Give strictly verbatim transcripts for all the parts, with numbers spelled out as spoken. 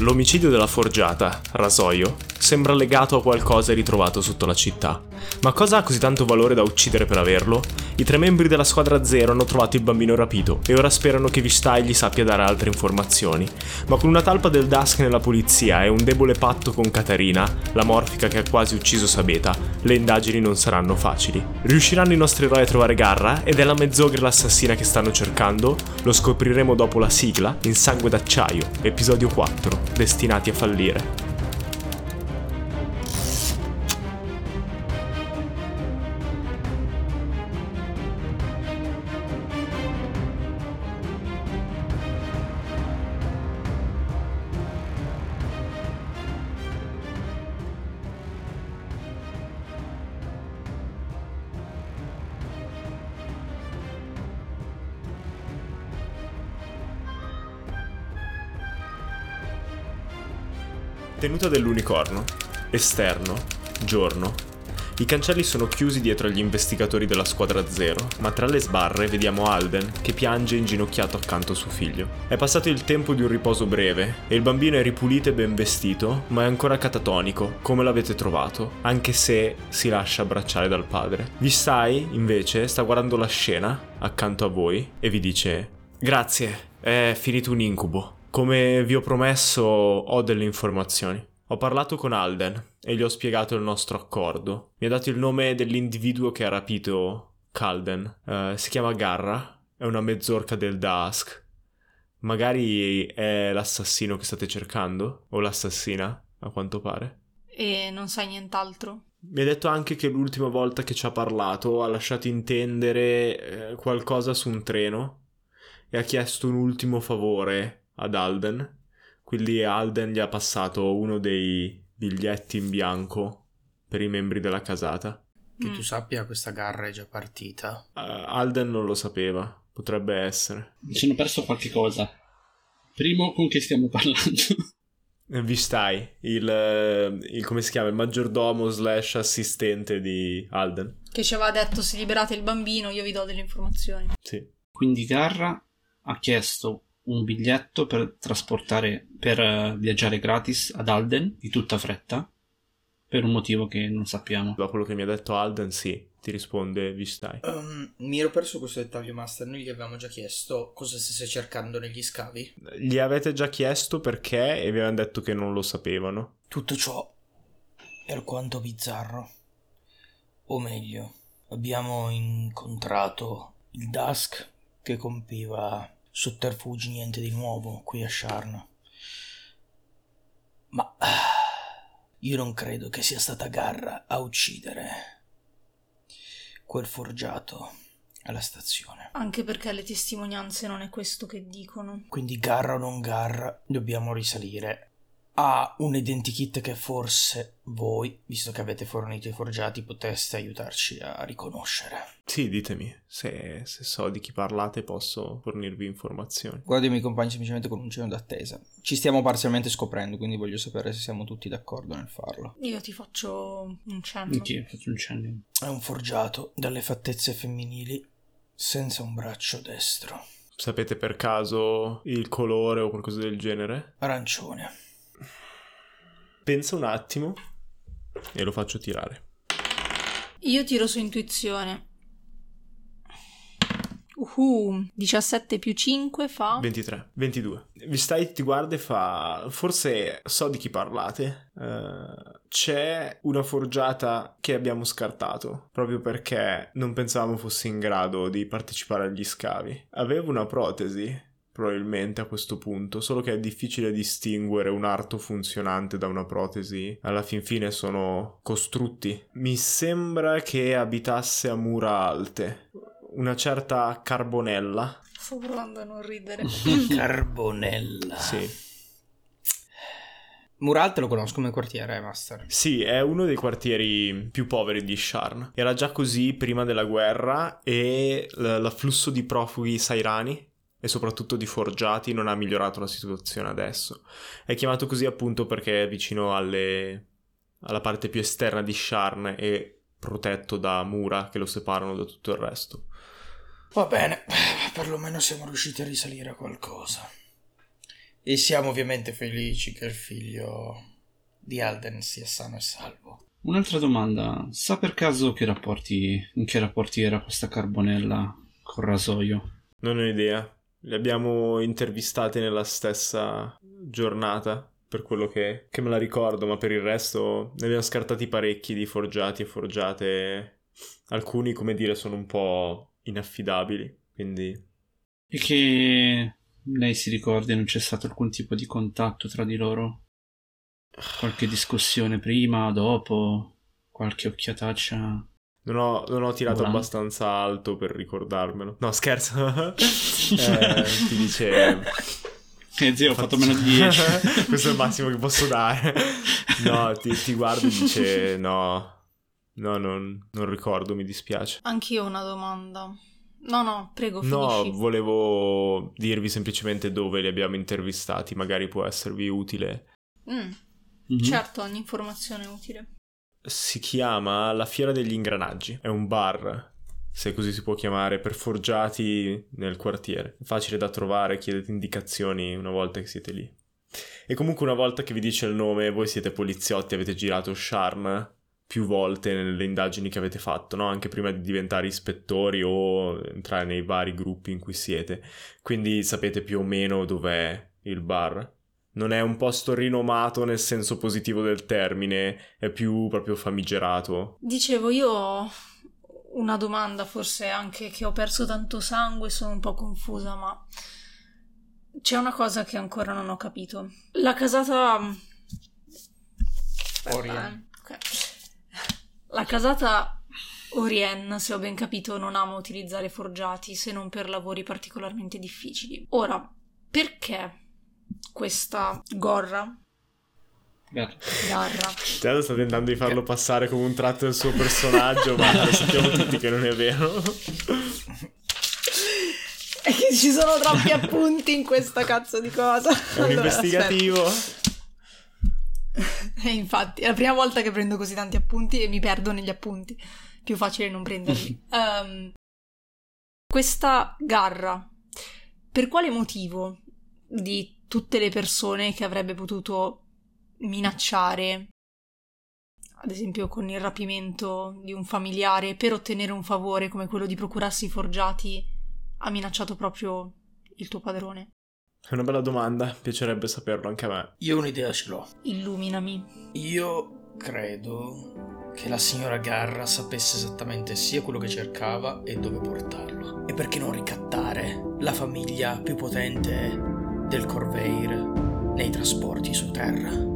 L'omicidio della forgiata, Rasoio, sembra legato a qualcosa ritrovato sotto la città. Ma cosa ha così tanto valore da uccidere per averlo? I tre membri della squadra zero hanno trovato il bambino rapito e ora sperano che Vistai gli sappia dare altre informazioni. Ma con una talpa del Dusk nella polizia e un debole patto con Caterina, la morfica che ha quasi ucciso Sabeta, le indagini non saranno facili. Riusciranno i nostri eroi a trovare Garra ed è la mezzogre l'assassina che stanno cercando? Lo scopriremo dopo la sigla in Sangue d'acciaio, episodio quattro, Destinati a fallire. Tenuta dell'unicorno. Esterno. Giorno. I cancelli sono chiusi dietro agli investigatori della squadra zero, ma tra le sbarre vediamo Alden che piange inginocchiato accanto a suo figlio. È passato il tempo di un riposo breve e il bambino è ripulito e ben vestito, ma è ancora catatonico, come l'avete trovato, anche se si lascia abbracciare dal padre. Vistai, invece, sta guardando la scena accanto a voi e vi dice: grazie, è finito un incubo. Come vi ho promesso, ho delle informazioni. Ho parlato con Alden e gli ho spiegato il nostro accordo. Mi ha dato il nome dell'individuo che ha rapito Calden. Uh, si chiama Garra, è una mezzorca del Dusk. Magari è l'assassino che state cercando? O l'assassina, a quanto pare. E non sai nient'altro? Mi ha detto anche che l'ultima volta che ci ha parlato ha lasciato intendere eh, qualcosa su un treno e ha chiesto un ultimo favore ad Alden, quindi Alden gli ha passato uno dei biglietti in bianco per i membri della casata. Che tu sappia, questa Garra è già partita. Uh, Alden non lo sapeva, potrebbe essere. Mi sono perso qualche cosa. Primo, con che stiamo parlando? Vistai, il, il come si chiama, il maggiordomo slash assistente di Alden. Che ci aveva detto: se liberate il bambino io vi do delle informazioni. Sì. Quindi Garra ha chiesto un biglietto per trasportare, per uh, viaggiare gratis ad Alden di tutta fretta, per un motivo che non sappiamo. Da quello che mi ha detto Alden, sì, ti risponde Vistai. Um, mi ero perso questo dettaglio, Master. Noi gli avevamo già chiesto cosa stesse cercando negli scavi. Gli avete già chiesto perché e vi avevano detto che non lo sapevano. Tutto ciò è alquanto bizzarro. O meglio, abbiamo incontrato il Dusk che compiva sotterfugi niente di nuovo qui a Sharn. Ma io non credo che sia stata Garra a uccidere quel forgiato alla stazione. Anche perché le testimonianze non è questo che dicono. Quindi Garra o non Garra, dobbiamo risalire a un identikit che forse voi, visto che avete fornito i forgiati, poteste aiutarci a riconoscere. Sì, ditemi, se, se so di chi parlate posso fornirvi informazioni. Guardo i miei compagni semplicemente con un cenno d'attesa. Ci stiamo parzialmente scoprendo, quindi voglio sapere se siamo tutti d'accordo nel farlo. Io ti faccio un cenno. Anch'io faccio un cenno. È un forgiato dalle fattezze femminili, senza un braccio destro. Sapete per caso il colore o qualcosa del genere? Arancione. Pensa un attimo e lo faccio tirare. Io tiro su intuizione. Uhu, diciassette più cinque fa... ventitré, ventidue. Vistai ti guarda e fa: forse so di chi parlate. Uh, c'è una forgiata che abbiamo scartato proprio perché non pensavamo fosse in grado di partecipare agli scavi. Aveva una protesi, probabilmente, a questo punto, solo che è difficile distinguere un arto funzionante da una protesi. Alla fin fine sono costrutti. Mi sembra che abitasse a mura alte. Una certa Carbonella. Sto provando a non ridere. Carbonella. Sì. Muralte lo conosco come quartiere, Master. Sì, è uno dei quartieri più poveri di Sharn. Era già così prima della guerra e l- l'afflusso di profughi sairani e soprattutto di forgiati non ha migliorato la situazione adesso. È chiamato così appunto perché è vicino alle... alla parte più esterna di Sharn e protetto da mura che lo separano da tutto il resto. Va bene, perlomeno siamo riusciti a risalire a qualcosa. E siamo ovviamente felici che il figlio di Alden sia sano e salvo. Un'altra domanda, sa per caso che rapporti, in che rapporti era questa Carbonella col rasoio? Non ho idea. Le abbiamo intervistate nella stessa giornata, per quello che, che me la ricordo, ma per il resto ne abbiamo scartati parecchi di forgiati e forgiate. Alcuni, come dire, sono un po' inaffidabili, quindi... E che lei si ricordi non c'è stato alcun tipo di contatto tra di loro? Qualche discussione prima, dopo? Qualche occhiataccia? Non ho, non ho tirato Volante. abbastanza alto per ricordarmelo. No, scherzo. eh, ti dice... Eh zio, ho fatto meno di dieci. Questo è il massimo che posso dare. No, ti, ti guardo e dice no, no, non, non ricordo, mi dispiace. Anch'io ho una domanda. No, no, prego, No, finisci. volevo dirvi semplicemente dove li abbiamo intervistati, magari può esservi utile. Mm, Mhm. certo, ogni informazione è utile. Si chiama La Fiera degli Ingranaggi, è un bar, se così si può chiamare, per forgiati nel quartiere. È facile da trovare, chiedete indicazioni una volta che siete lì. E comunque una volta che vi dice il nome, voi siete poliziotti, avete girato Sharn più volte nelle indagini che avete fatto, no? Anche prima di diventare ispettori o entrare nei vari gruppi in cui siete. Quindi sapete più o meno dov'è il bar. Non è un posto rinomato nel senso positivo del termine, è più proprio famigerato. Dicevo, io ho una domanda, forse anche che ho perso tanto sangue, sono un po' confusa, ma c'è una cosa che ancora non ho capito. La casata... Aspetta, Orien. eh. Ok. La casata Orien, se ho ben capito, non ama utilizzare forgiati se non per lavori particolarmente difficili. Ora, perché questa gorra, Guarda. garra, Giada sta tentando di farlo passare come un tratto del suo personaggio, ma lo sappiamo tutti che non è vero. è che ci sono troppi appunti in questa cazzo di cosa. È un investigativo. E infatti, è la prima volta che prendo così tanti appunti e mi perdo negli appunti. Più facile non prenderli. Um, questa garra, per quale motivo di tutte le persone che avrebbe potuto minacciare, ad esempio con il rapimento di un familiare, per ottenere un favore come quello di procurarsi i forgiati, ha minacciato proprio il tuo padrone? È una bella domanda, piacerebbe saperlo anche a me. Io un'idea ce l'ho. Illuminami. Io credo che la signora Garra sapesse esattamente sia quello che cercava e dove portarlo. E perché non ricattare la famiglia più potente del Corvair nei trasporti su terra?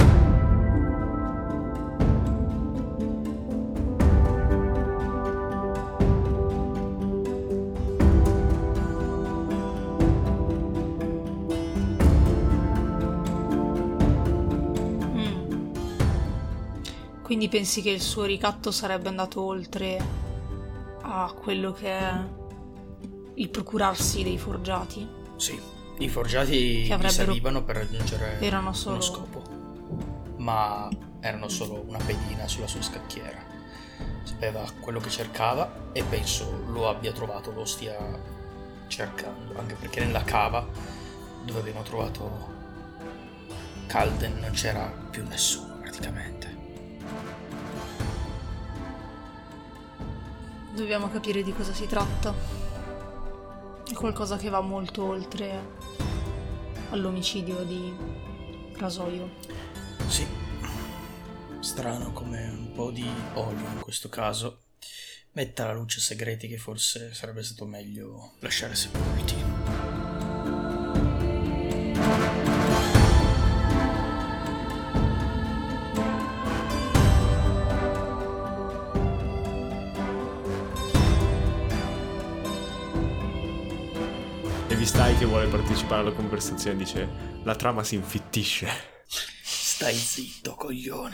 Mm. Quindi pensi che il suo ricatto sarebbe andato oltre a quello che è il procurarsi dei forgiati? Sì, i forgiati Che gli avrebbero- servivano per raggiungere erano solo- uno scopo, ma erano solo una pedina sulla sua scacchiera. Sapeva quello che cercava e penso lo abbia trovato, lo stia cercando, anche perché nella cava dove abbiamo trovato Calden non c'era più nessuno praticamente. Dobbiamo capire di cosa si tratta. È qualcosa che va molto oltre all'omicidio di Rasoio. Sì, strano come un po' di olio in questo caso metta alla luce segreti che forse sarebbe stato meglio lasciare sepolti. E vi stai che vuole partecipare alla conversazione dice la trama si infittisce. Stai zitto, coglione.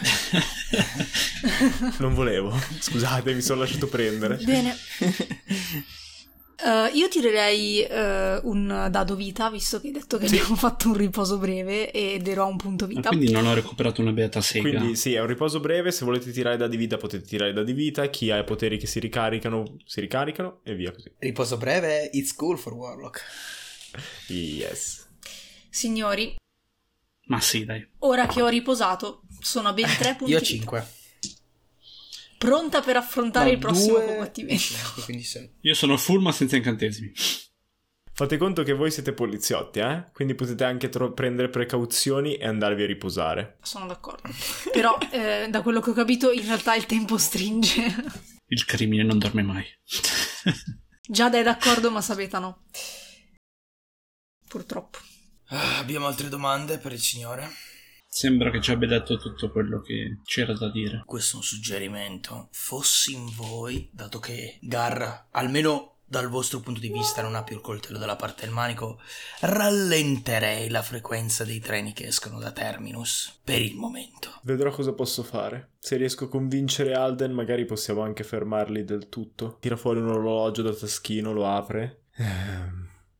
Non volevo, scusate, mi sono lasciato prendere. Bene. Eh, io tirerei eh, un dado vita, visto che hai detto che Sì. abbiamo fatto un riposo breve ed ero a un punto Ah, vita. quindi non ho recuperato una beata sega. Quindi sì, è un riposo breve, se volete tirare da di vita potete tirare da di vita, chi ha i poteri che si ricaricano, si ricaricano e via così. Riposo breve, it's cool for Warlock. Yes. Signori, Ma sì, dai. Ora che ho riposato, sono a ben tre punti. Io ho cinque. Pronta per affrontare No, il prossimo due, combattimento. cinque, quindi sei. Io sono full ma senza incantesimi. Fate conto che voi siete poliziotti, eh? Quindi potete anche tro- prendere precauzioni e andarvi a riposare. Sono d'accordo. Però, eh, da quello che ho capito, in realtà il tempo stringe. Il crimine non dorme mai. Giada è d'accordo, ma Sapeta no. Purtroppo. Ah, abbiamo altre domande per il signore? Sembra che ci abbia detto tutto quello che c'era da dire. Questo è un suggerimento. Fossi in voi, dato che Garra, almeno dal vostro punto di vista, non ha più il coltello dalla parte del manico, rallenterei la frequenza dei treni che escono da Terminus per il momento. Vedrò cosa posso fare. Se riesco a convincere Alden, magari possiamo anche fermarli del tutto. Tira fuori un orologio da taschino, lo apre. Ehm,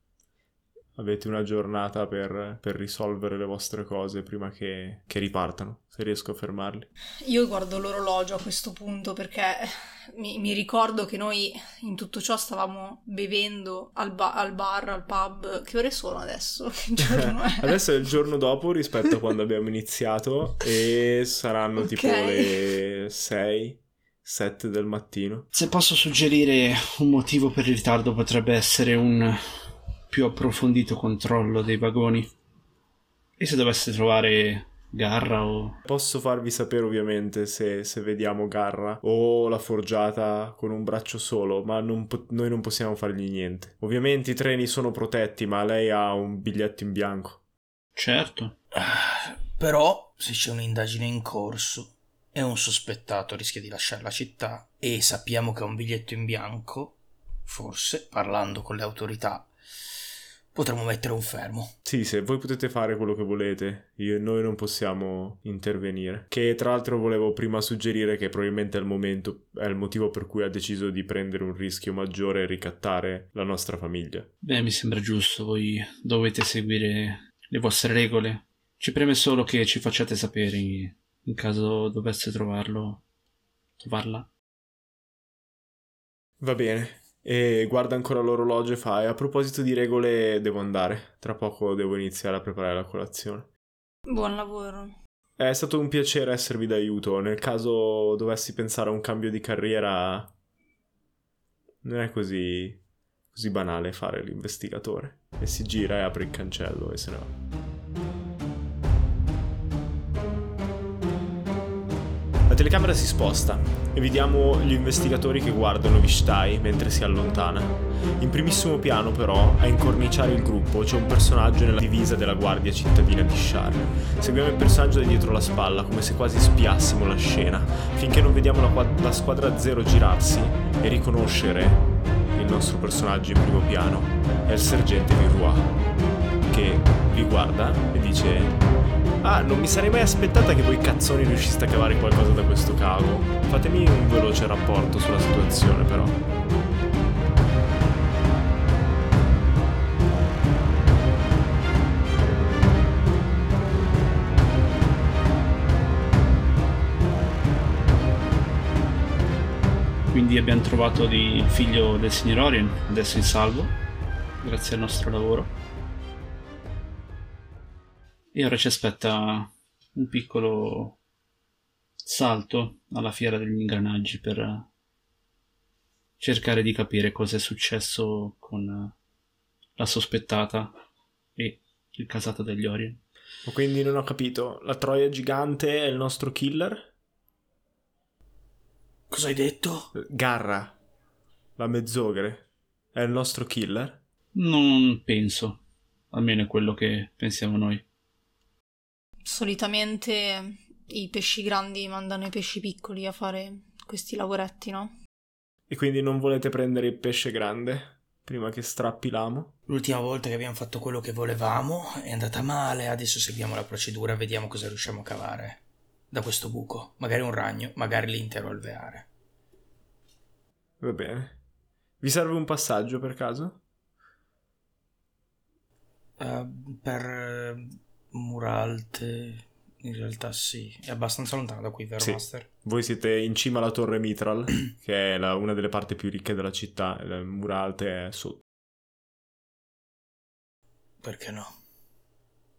Avete una giornata per, per risolvere le vostre cose prima che, che ripartano, se riesco a fermarli. Io guardo l'orologio a questo punto perché mi, mi ricordo che noi in tutto ciò stavamo bevendo al, ba- al bar, al pub. Che ore sono adesso? Che giorno è? Adesso è il giorno dopo rispetto a quando abbiamo iniziato e saranno Ok. tipo le sei sette del mattino. Se posso suggerire un motivo per il ritardo, potrebbe essere un più approfondito controllo dei vagoni. E se dovesse trovare Garra o... Posso farvi sapere ovviamente se, se vediamo Garra o la forgiata con un braccio solo, ma non po- noi non possiamo fargli niente. Ovviamente i treni sono protetti, ma lei ha un biglietto in bianco. Certo. Ah, però, se c'è un'indagine in corso e un sospettato rischia di lasciare la città e sappiamo che ha un biglietto in bianco, forse, parlando con le autorità, potremmo mettere un fermo. Sì, se voi potete fare quello che volete, io, noi non possiamo intervenire. Che tra l'altro volevo prima suggerire che probabilmente al momento è il motivo per cui ha deciso di prendere un rischio maggiore e ricattare la nostra famiglia. Beh, mi sembra giusto. Voi dovete seguire le vostre regole. Ci preme solo che ci facciate sapere in caso dovesse trovarlo, trovarla. Va bene. E guarda ancora l'orologio e fa: e a proposito di regole devo andare. Tra poco devo iniziare a preparare la colazione. Buon lavoro. È stato un piacere esservi d'aiuto. Nel caso dovessi pensare a un cambio di carriera, non è così, così banale fare l'investigatore. E si gira e apre il cancello e se ne va. La telecamera si sposta e vediamo gli investigatori che guardano Vishtai mentre si allontana. In primissimo piano però, a incorniciare il gruppo, c'è un personaggio nella divisa della guardia cittadina di Shar. Seguiamo il personaggio da dietro la spalla, come se quasi spiassimo la scena, finché non vediamo la, qua- la squadra zero girarsi e riconoscere il nostro personaggio in primo piano. È il sergente Virrois, che vi guarda e dice: ah, non mi sarei mai aspettata che voi cazzoni riusciste a cavare qualcosa da questo cavo. Fatemi un veloce rapporto sulla situazione, però. Quindi abbiamo trovato di- il figlio del signor Orien, adesso in salvo, grazie al nostro lavoro. E ora ci aspetta un piccolo salto alla fiera degli ingranaggi per cercare di capire cosa è successo con la sospettata e il casato degli Orien. Quindi non ho capito, la troia gigante è il nostro killer? Cosa hai detto? Garra, la mezzogre, è il nostro killer? Non penso, almeno è quello che pensiamo noi. Solitamente i pesci grandi mandano i pesci piccoli a fare questi lavoretti, no? E quindi non volete prendere il pesce grande prima che strappi l'amo? L'ultima volta che abbiamo fatto quello che volevamo è andata male, adesso seguiamo la procedura e vediamo cosa riusciamo a cavare da questo buco. Magari un ragno, magari l'intero alveare. Va bene. Vi serve un passaggio per caso? Uh, per uh, Muralte, in realtà sì, è abbastanza lontano da qui, vero Sì. Master? Voi siete in cima alla torre Mitral, che è la- una delle parti più ricche della città, il Muralte è sotto. Perché no?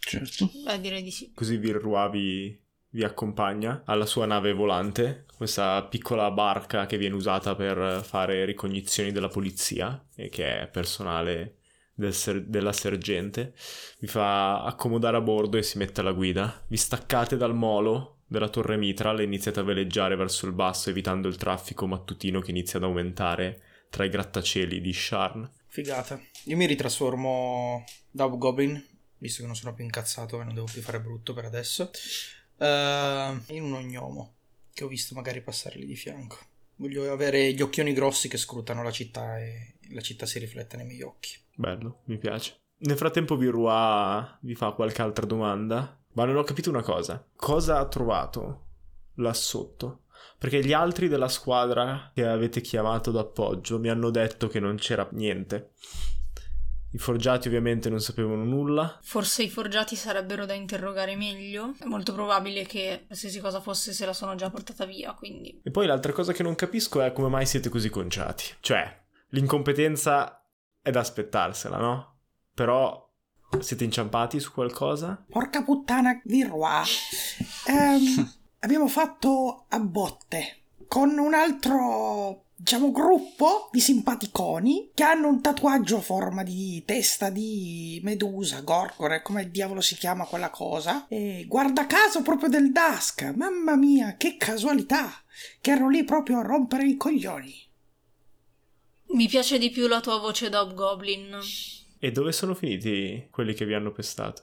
Certo. Beh, direi di sì. Così Virrua vi, vi accompagna alla sua nave volante, questa piccola barca che viene usata per fare ricognizioni della polizia e che è personale del ser- della sergente. Vi fa accomodare a bordo e si mette alla guida. Vi staccate dal molo della Torre Mitral e iniziate a veleggiare verso il basso, evitando il traffico mattutino che inizia ad aumentare tra i grattacieli di Sharn. Figata. Io mi ritrasformo da Hobgoblin, visto che non sono più incazzato e non devo più fare brutto per adesso, uh, in un ognomo che ho visto magari passare lì di fianco. Voglio avere gli occhioni grossi che scrutano la città e la città si riflette nei miei occhi. Bello, mi piace. Nel frattempo Virrua vi fa qualche altra domanda, ma non ho capito una cosa. Cosa ha trovato là sotto? Perché gli altri della squadra che avete chiamato d'appoggio mi hanno detto che non c'era niente. I forgiati ovviamente non sapevano nulla. Forse i forgiati sarebbero da interrogare meglio. È molto probabile che qualsiasi cosa fosse se la sono già portata via, quindi... E poi l'altra cosa che non capisco è come mai siete così conciati. Cioè, l'incompetenza è da aspettarsela, no? Però siete inciampati su qualcosa? Porca puttana, Virrua. Ehm, abbiamo fatto a botte con un altro, diciamo, gruppo di simpaticoni che hanno un tatuaggio a forma di testa di medusa, gorgone, come diavolo si chiama quella cosa. E guarda caso proprio del Dusk. Mamma mia, che casualità, che erano lì proprio a rompere i coglioni. Mi piace di più la tua voce da Hobgoblin. E dove sono finiti quelli che vi hanno pestato?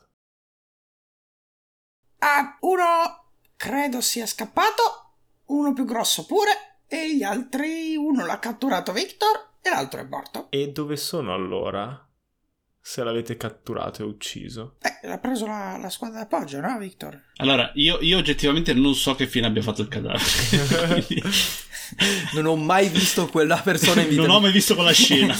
Ah, uno credo sia scappato, uno più grosso pure, e gli altri, uno l'ha catturato Victor e l'altro è morto. E dove sono allora? Se l'avete catturato e ucciso? Eh, l'ha preso la, la squadra d'appoggio, no, Victor? Allora, io, io oggettivamente non so che fine abbia fatto il cadavere. Quindi... Non ho mai visto quella persona in vita. Non ho mai visto quella scena.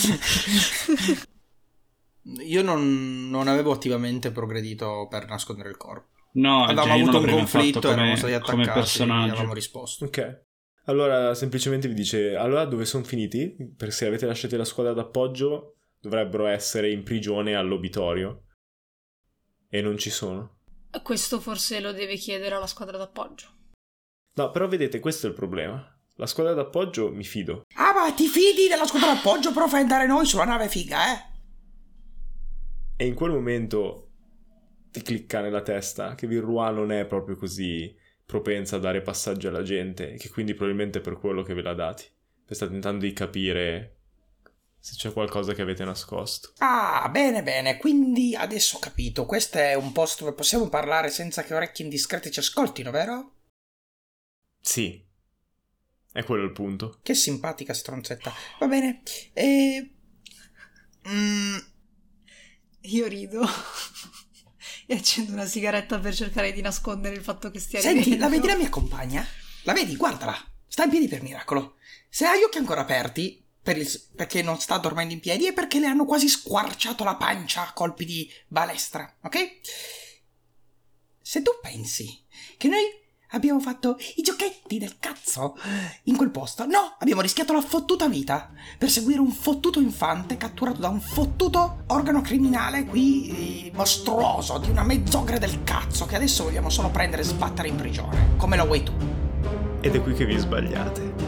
Io non, non avevo attivamente progredito per nascondere il corpo. No, avevamo cioè, io avuto non un l'avrei mai conflitto, fatto come, eravamo stati come attaccati e personaggio. avevamo risposto. Ok. Allora semplicemente vi dice, allora dove sono finiti? Perché se avete lasciato la squadra d'appoggio dovrebbero essere in prigione all'obitorio. E non ci sono. Questo forse lo deve chiedere alla squadra d'appoggio. No, però vedete, questo è il problema. La squadra d'appoggio mi fido. Ah, ma ti fidi della squadra d'appoggio però fai andare noi sulla nave figa, eh? E in quel momento ti clicca nella testa che Virrua non è proprio così propensa a dare passaggio alla gente e che quindi probabilmente è per quello che ve l'ha dati. Sta tentando di capire se c'è qualcosa che avete nascosto. Ah, bene, bene, quindi adesso ho capito. Questo è un posto dove possiamo parlare senza che orecchie indiscrete ci ascoltino, vero? Sì, è quello il punto. Che simpatica stronzetta. Va bene. E... Mm... Io rido e accendo una sigaretta per cercare di nascondere il fatto che stia Senti, ridendo. la vedi la mia compagna? La vedi? Guardala. Sta in piedi per miracolo. Se ha gli occhi ancora aperti, per il... perché non sta dormendo in piedi, è perché le hanno quasi squarciato la pancia a colpi di balestra, ok? Se tu pensi che noi abbiamo fatto i giochetti del cazzo in quel posto, no, abbiamo rischiato la fottuta vita per seguire un fottuto infante catturato da un fottuto organo criminale qui mostruoso di una mezzogre del cazzo che adesso vogliamo solo prendere e sbattere in prigione, come lo vuoi tu. Ed è qui che vi sbagliate.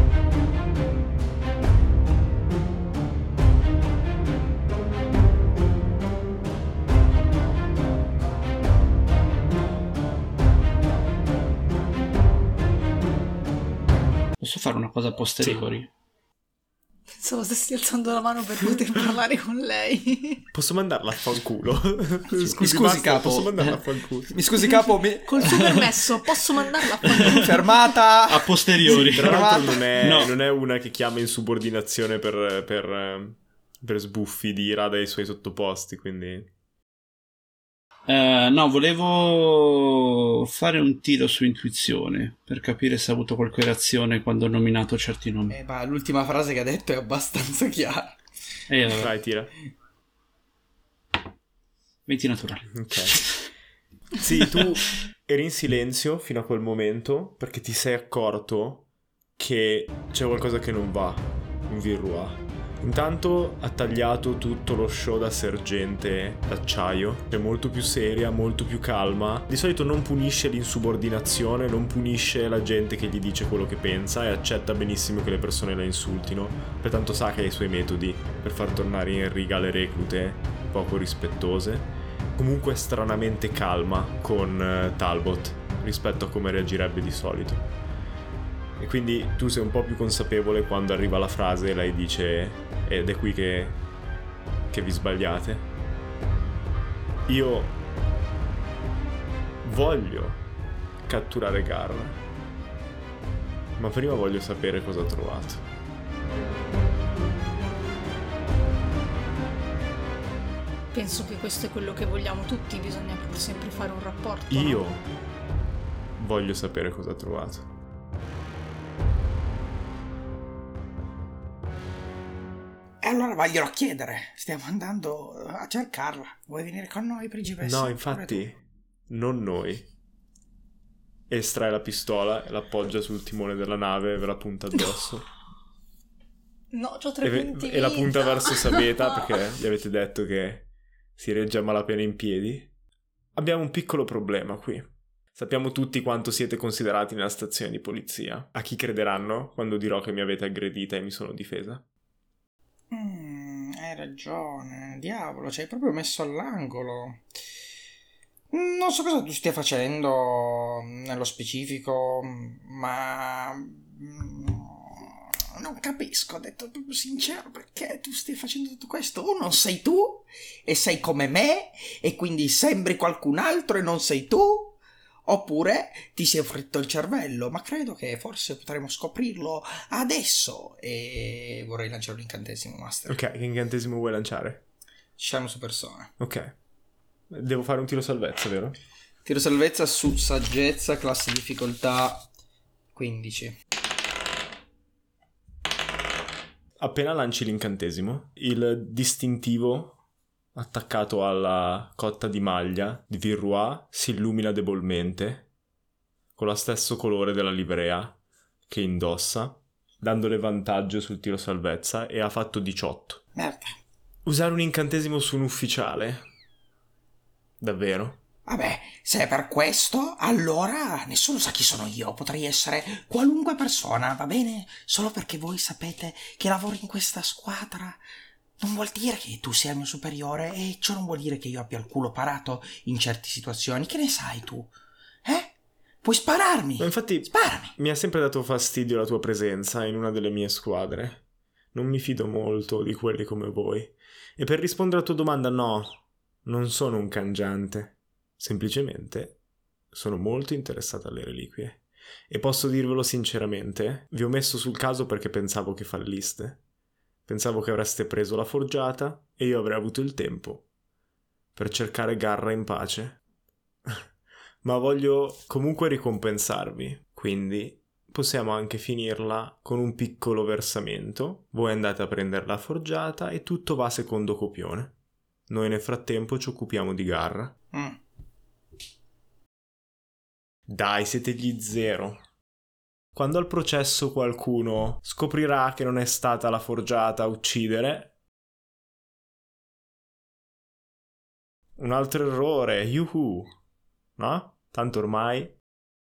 Posso fare una cosa a posteriori? Pensavo stessi alzando la mano per poter parlare con lei. Posso mandarla a fanculo? Scusi, scusi, basta, capo. Posso mandarla a fanculo? Mi scusi capo, mi... Col suo permesso, posso mandarla a fare? fermata! A posteriori. Tra l'altro non è, No. non è una che chiama in subordinazione per, per, eh, per sbuffi di ira dai suoi sottoposti, quindi... Eh, no, volevo fare un tiro su intuizione per capire se ha avuto qualche reazione quando ho nominato certi nomi. Eh, ma l'ultima frase che ha detto è abbastanza chiara. Eh, vabbè. Vai, tira. venti naturali. Ok. Sì, tu eri in silenzio fino a quel momento perché ti sei accorto che c'è qualcosa che non va in Virrua. Intanto ha tagliato tutto lo show da sergente d'acciaio, è molto più seria, molto più calma. Di solito non punisce l'insubordinazione, non punisce la gente che gli dice quello che pensa e accetta benissimo che le persone la insultino, pertanto sa che ha i suoi metodi per far tornare in riga le reclute poco rispettose. Comunque è stranamente calma con Talbot rispetto a come reagirebbe di solito. E quindi tu sei un po' più consapevole quando arriva la frase e lei dice ed è qui che, che vi sbagliate. Io voglio catturare Garra, ma prima voglio sapere cosa ha trovato. Penso che questo è quello che vogliamo tutti, bisogna pur sempre fare un rapporto. Io no? voglio sapere cosa ha trovato. E allora vaglielo chiedere. Stiamo andando a cercarla. Vuoi venire con noi, principessa? No, infatti, non noi. Estrae la pistola e l'appoggia sul timone della nave e ve la punta addosso. No, c'ho tre e, punti e la vita. punta verso Sabeta perché gli avete detto che si regge a malapena in piedi. Abbiamo un piccolo problema qui. Sappiamo tutti quanto siete considerati nella stazione di polizia. A chi crederanno quando dirò che mi avete aggredita e mi sono difesa? Mm, hai ragione. Diavolo, ci hai proprio messo all'angolo. Non so cosa tu stia facendo nello specifico, ma non capisco, detto proprio sincero, perché tu stai facendo tutto questo. O non sei tu e sei come me e quindi sembri qualcun altro e non sei tu, oppure ti si è fritto il cervello, ma credo che forse potremo scoprirlo adesso. E vorrei lanciare un incantesimo, Master. Ok, che incantesimo vuoi lanciare? Sciamo su persona. Ok. Devo fare un tiro salvezza, vero? Tiro salvezza su saggezza, classe difficoltà quindici. Appena lanci l'incantesimo, il distintivo attaccato alla cotta di maglia di Virrois si illumina debolmente, con lo stesso colore della livrea che indossa, dandole vantaggio sul tiro salvezza, e ha fatto diciotto. Merda. Usare un incantesimo su un ufficiale? Davvero? Vabbè, se è per questo, allora nessuno sa chi sono io. Potrei essere qualunque persona, va bene? Solo perché voi sapete che lavoro in questa squadra non vuol dire che tu sia il mio superiore, e ciò non vuol dire che io abbia il culo parato in certe situazioni. Che ne sai tu? Eh? Puoi spararmi? Ma infatti Sparami! mi ha sempre dato fastidio la tua presenza in una delle mie squadre. Non mi fido molto di quelli come voi. E per rispondere alla tua domanda, no, non sono un cangiante. Semplicemente sono molto interessato alle reliquie. E posso dirvelo sinceramente, vi ho messo sul caso perché pensavo che falliste. Pensavo che avreste preso la forgiata e io avrei avuto il tempo per cercare Garra in pace. Ma voglio comunque ricompensarvi, quindi possiamo anche finirla con un piccolo versamento. Voi andate a prendere la forgiata e tutto va secondo copione. Noi nel frattempo ci occupiamo di Garra. Mm. Dai, siete gli zero. Quando al processo qualcuno scoprirà che non è stata la forgiata a uccidere, un altro errore, yuhu, no? Tanto ormai...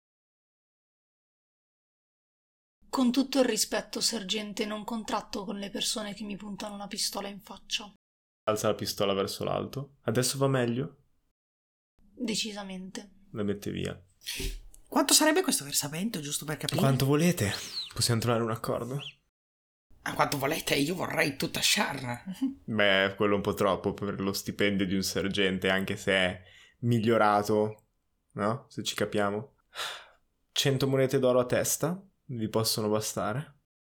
Con tutto il rispetto, sergente, non contratto con le persone che mi puntano una pistola in faccia. Alza la pistola verso l'alto. Adesso va meglio? Decisamente. La mette via. Quanto sarebbe questo versamento, giusto per capire? Quanto volete? Possiamo trovare un accordo? A quanto volete, io vorrei tutta Sharna. Beh, quello un po' troppo per lo stipendio di un sergente, anche se è migliorato, no? Se ci capiamo. Cento monete d'oro a testa vi possono bastare?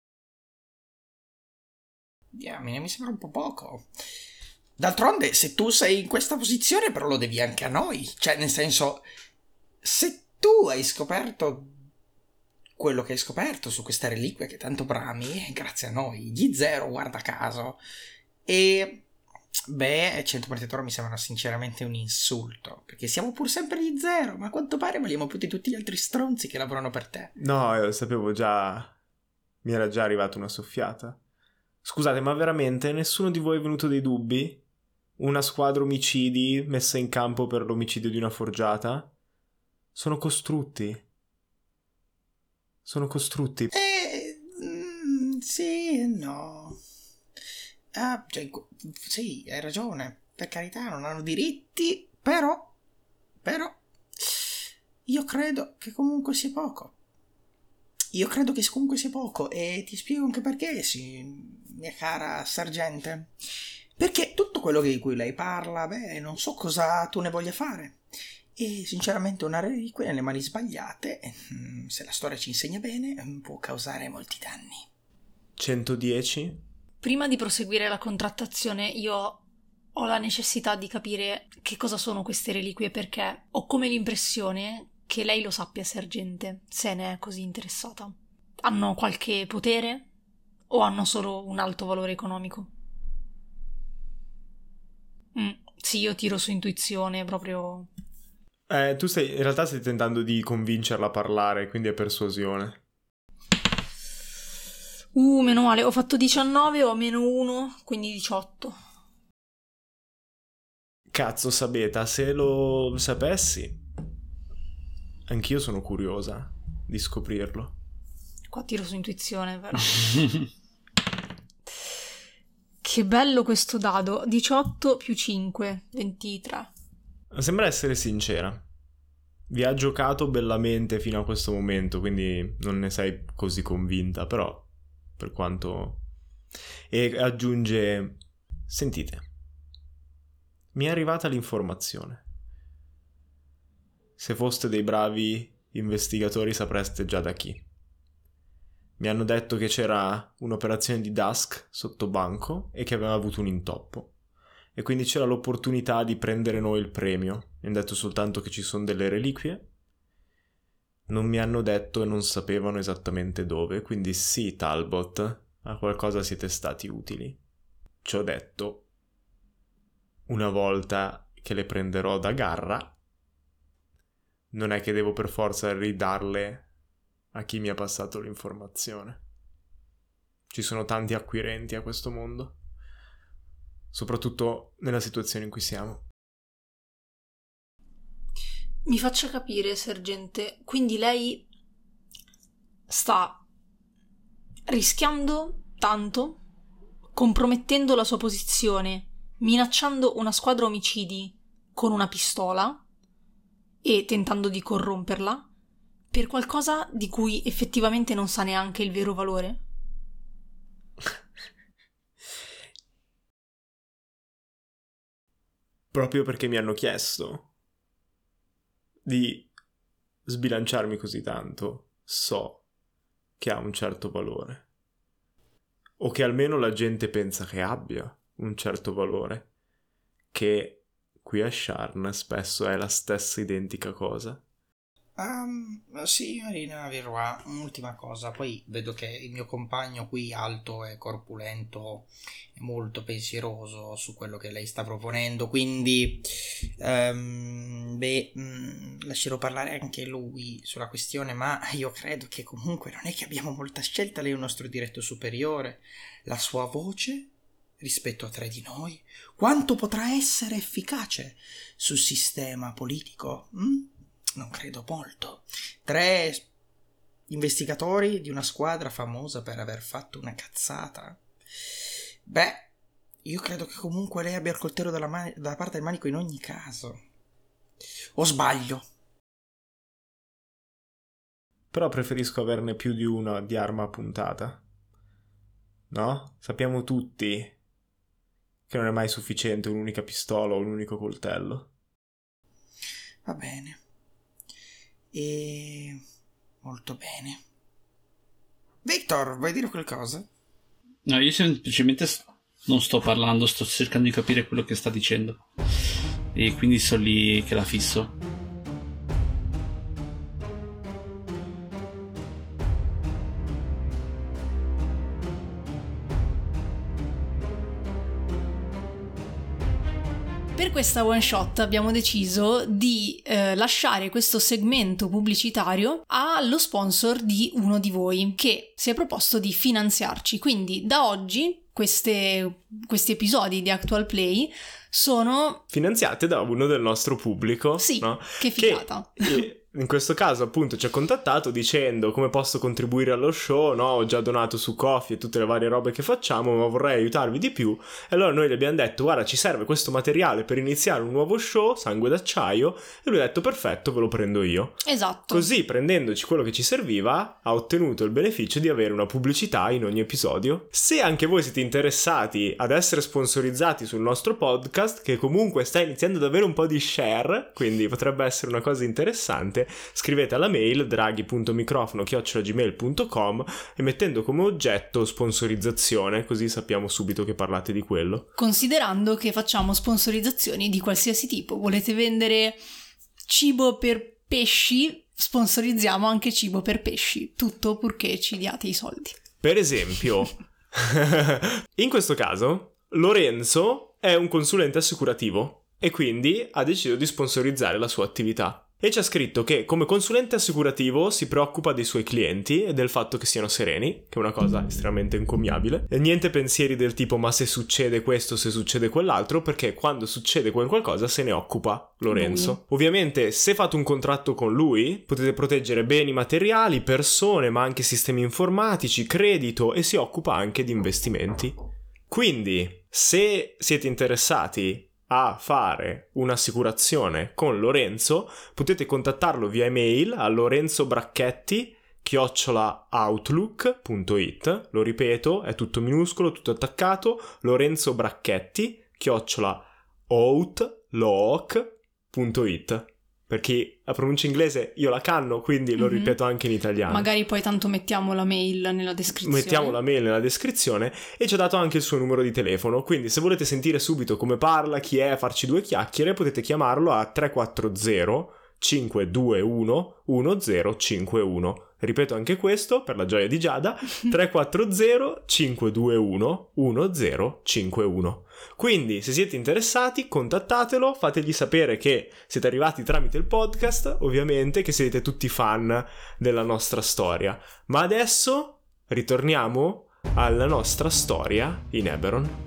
Diamine, mi sembra un po' poco. D'altronde, se tu sei in questa posizione, però lo devi anche a noi. Cioè, nel senso, se tu hai scoperto quello che hai scoperto su queste reliquie che tanto brami, grazie a noi, gli zero, guarda caso. E beh, cento monete d'oro mi sembrano sinceramente un insulto, perché siamo pur sempre gli zero, ma a quanto pare valiamo più di tutti gli altri stronzi che lavorano per te. No, io sapevo già... mi era già arrivata una soffiata. Scusate, ma veramente nessuno di voi è venuto dei dubbi? Una squadra omicidi messa in campo per l'omicidio di una forgiata? Sono costrutti. Sono costrutti. Eh, mm, sì e no. Ah, cioè, sì, hai ragione. Per carità, non hanno diritti, però, però, io credo che comunque sia poco. Io credo che comunque sia poco, e ti spiego anche perché, sì, mia cara sergente. Perché tutto quello di cui lei parla, beh, non so cosa tu ne voglia fare. E sinceramente una reliquia nelle mani sbagliate, se la storia ci insegna bene, può causare molti danni. centodieci? Prima di proseguire la contrattazione, io ho la necessità di capire che cosa sono queste reliquie, perché ho come l'impressione che lei lo sappia, sergente, se ne è così interessata. Hanno qualche potere o hanno solo un alto valore economico? Mm, sì, io tiro su intuizione, proprio... Eh, tu stai, in realtà stai tentando di convincerla a parlare, quindi è persuasione. Uh, meno male, ho fatto diciannove, ho meno uno, quindi diciotto. Cazzo, Sabeta, se lo sapessi, anch'io sono curiosa di scoprirlo. Qua tiro su intuizione, però. Che bello questo dado. diciotto più cinque, ventitré. Sembra essere sincera. Vi ha giocato bellamente fino a questo momento, quindi non ne sei così convinta, però per quanto... E aggiunge: sentite, mi è arrivata l'informazione. Se foste dei bravi investigatori sapreste già da chi. Mi hanno detto che c'era un'operazione di Dusk sotto banco e che aveva avuto un intoppo. E quindi c'era l'opportunità di prendere noi il premio. Mi hanno detto soltanto che ci sono delle reliquie. Non mi hanno detto e non sapevano esattamente dove. Quindi sì, Talbot, a qualcosa siete stati utili. Ci ho detto, una volta che le prenderò da Garra, non è che devo per forza ridarle a chi mi ha passato l'informazione. Ci sono tanti acquirenti a questo mondo, soprattutto nella situazione in cui siamo. Mi faccia capire, sergente, quindi lei sta rischiando tanto, compromettendo la sua posizione, minacciando una squadra omicidi con una pistola e tentando di corromperla per qualcosa di cui effettivamente non sa neanche il vero valore? Proprio perché mi hanno chiesto di sbilanciarmi così tanto, so che ha un certo valore. O che almeno la gente pensa che abbia un certo valore. Che qui a Sharn spesso è la stessa identica cosa. Um, signorina Villeroy, un'ultima cosa. Poi vedo che il mio compagno qui, alto e corpulento, è molto pensieroso su quello che lei sta proponendo, quindi um, beh, mh, lascerò parlare anche lui sulla questione, ma io credo che comunque non è che abbiamo molta scelta. Lei è un nostro diretto superiore, la sua voce rispetto a tre di noi quanto potrà essere efficace sul sistema politico? Hm? Non credo molto. Tre investigatori di una squadra famosa per aver fatto una cazzata? Beh, io credo che comunque lei abbia il coltello dalla, man- dalla parte del manico in ogni caso. O sbaglio? Però preferisco averne più di una di arma puntata. No? Sappiamo tutti che non è mai sufficiente un'unica pistola o un unico coltello. Va bene. E... molto bene. Victor, vuoi dire qualcosa? No, io semplicemente non sto parlando, sto cercando di capire quello che sta dicendo. E quindi sono lì che la fisso. Per questa one shot abbiamo deciso di eh, lasciare questo segmento pubblicitario allo sponsor di uno di voi che si è proposto di finanziarci. Quindi da oggi queste, questi episodi di Actual Play sono finanziate da uno del nostro pubblico. Sì, no? che figata. Che in questo caso appunto ci ha contattato dicendo come posso contribuire allo show, no? Ho già donato su Ko-fi e tutte le varie robe che facciamo, ma vorrei aiutarvi di più. E allora noi gli abbiamo detto: guarda, ci serve questo materiale per iniziare un nuovo show, Sangue d'acciaio, e lui ha detto: perfetto, ve lo prendo io. Esatto. Così, prendendoci quello che ci serviva, ha ottenuto il beneficio di avere una pubblicità in ogni episodio. Se anche voi siete interessati ad essere sponsorizzati sul nostro podcast, che comunque sta iniziando ad avere un po' di share, quindi potrebbe essere una cosa interessante, scrivete alla mail draghi punto microfono chiocciola gmail punto com e mettendo come oggetto sponsorizzazione, così sappiamo subito che parlate di quello. Considerando che facciamo sponsorizzazioni di qualsiasi tipo, volete vendere cibo per pesci, sponsorizziamo anche cibo per pesci, tutto purché ci diate i soldi. Per esempio, in questo caso Lorenzo è un consulente assicurativo e quindi ha deciso di sponsorizzare la sua attività. E ci ha scritto che come consulente assicurativo si preoccupa dei suoi clienti e del fatto che siano sereni, che è una cosa estremamente encomiabile. E niente pensieri del tipo ma se succede questo, se succede quell'altro, perché quando succede quel qualcosa se ne occupa Lorenzo. Lui. Ovviamente se fate un contratto con lui potete proteggere beni materiali, persone, ma anche sistemi informatici, credito, e si occupa anche di investimenti. Quindi se siete interessati a fare un'assicurazione con Lorenzo, potete contattarlo via email a lorenzobracchetti chiocciola outlook punto it. Lo ripeto, è tutto minuscolo, tutto attaccato, lorenzobracchetti chiocciola outlook punto it. Perché la pronuncia inglese io la canno, quindi lo mm-hmm. ripeto anche in italiano. Magari poi tanto mettiamo la mail nella descrizione. Mettiamo la mail nella descrizione e ci ha dato anche il suo numero di telefono, quindi se volete sentire subito come parla, chi è, farci due chiacchiere, potete chiamarlo a tre quattro zero cinque due uno uno zero cinque uno. Ripeto anche questo per la gioia di Giada: tre quattro zero cinque due uno uno zero cinque uno. Quindi se siete interessati contattatelo, fategli sapere che siete arrivati tramite il podcast, ovviamente che siete tutti fan della nostra storia. Ma adesso ritorniamo alla nostra storia in Eberron.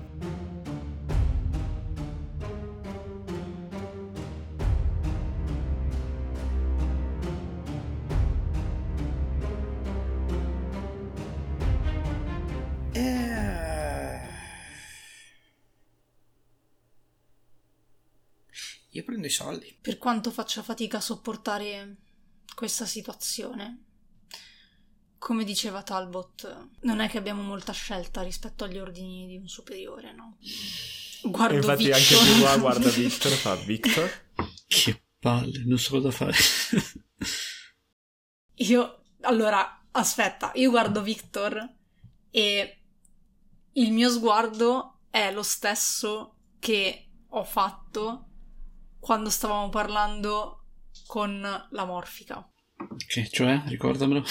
Io prendo i soldi. Per quanto faccia fatica a sopportare questa situazione, come diceva Talbot, non è che abbiamo molta scelta rispetto agli ordini di un superiore, no? Guardo infatti Victor. Anche di qua guarda Victor, fa Victor. Che palle, non so cosa fare. Io, allora, aspetta, io guardo Victor e il mio sguardo è lo stesso che ho fatto quando stavamo parlando con la morfica. Ok, cioè, ricordamelo.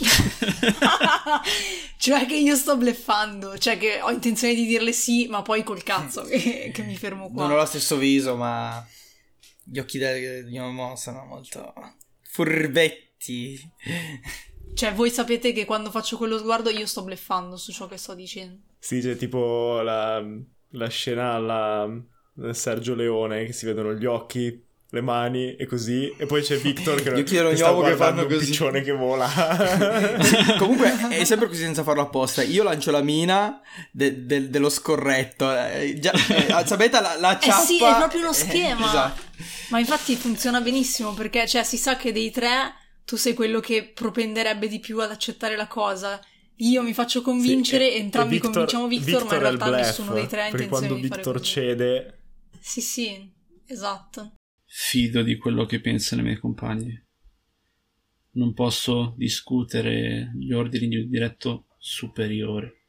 Cioè che io sto bleffando, cioè che ho intenzione di dirle sì, ma poi col cazzo che, che mi fermo qua. Non ho lo stesso viso, ma gli occhi di Momo sono molto furbetti. Cioè voi sapete che quando faccio quello sguardo io sto bleffando su ciò che sto dicendo. Sì, c'è tipo la, la scena alla Sergio Leone che si vedono gli occhi, le mani e così, e poi c'è Victor che, che sta guardando che fanno un così. piccione che vola. Comunque è sempre così senza farlo apposta. Io lancio la mina de- de- dello scorretto. Eh, già, eh, sapete la, la ciappa. Eh sì, è proprio uno schema. Eh, esatto. Ma infatti funziona benissimo perché cioè si sa che dei tre tu sei quello che propenderebbe di più ad accettare la cosa. Io mi faccio convincere, sì, e, entrambi e Victor, convinciamo Victor, Victor ma in realtà bluff, nessuno dei tre ha intenzione quando di fare Victor così. cede. Sì, sì, esatto. Fido di quello che pensano i miei compagni. Non posso discutere gli ordini di un diretto superiore.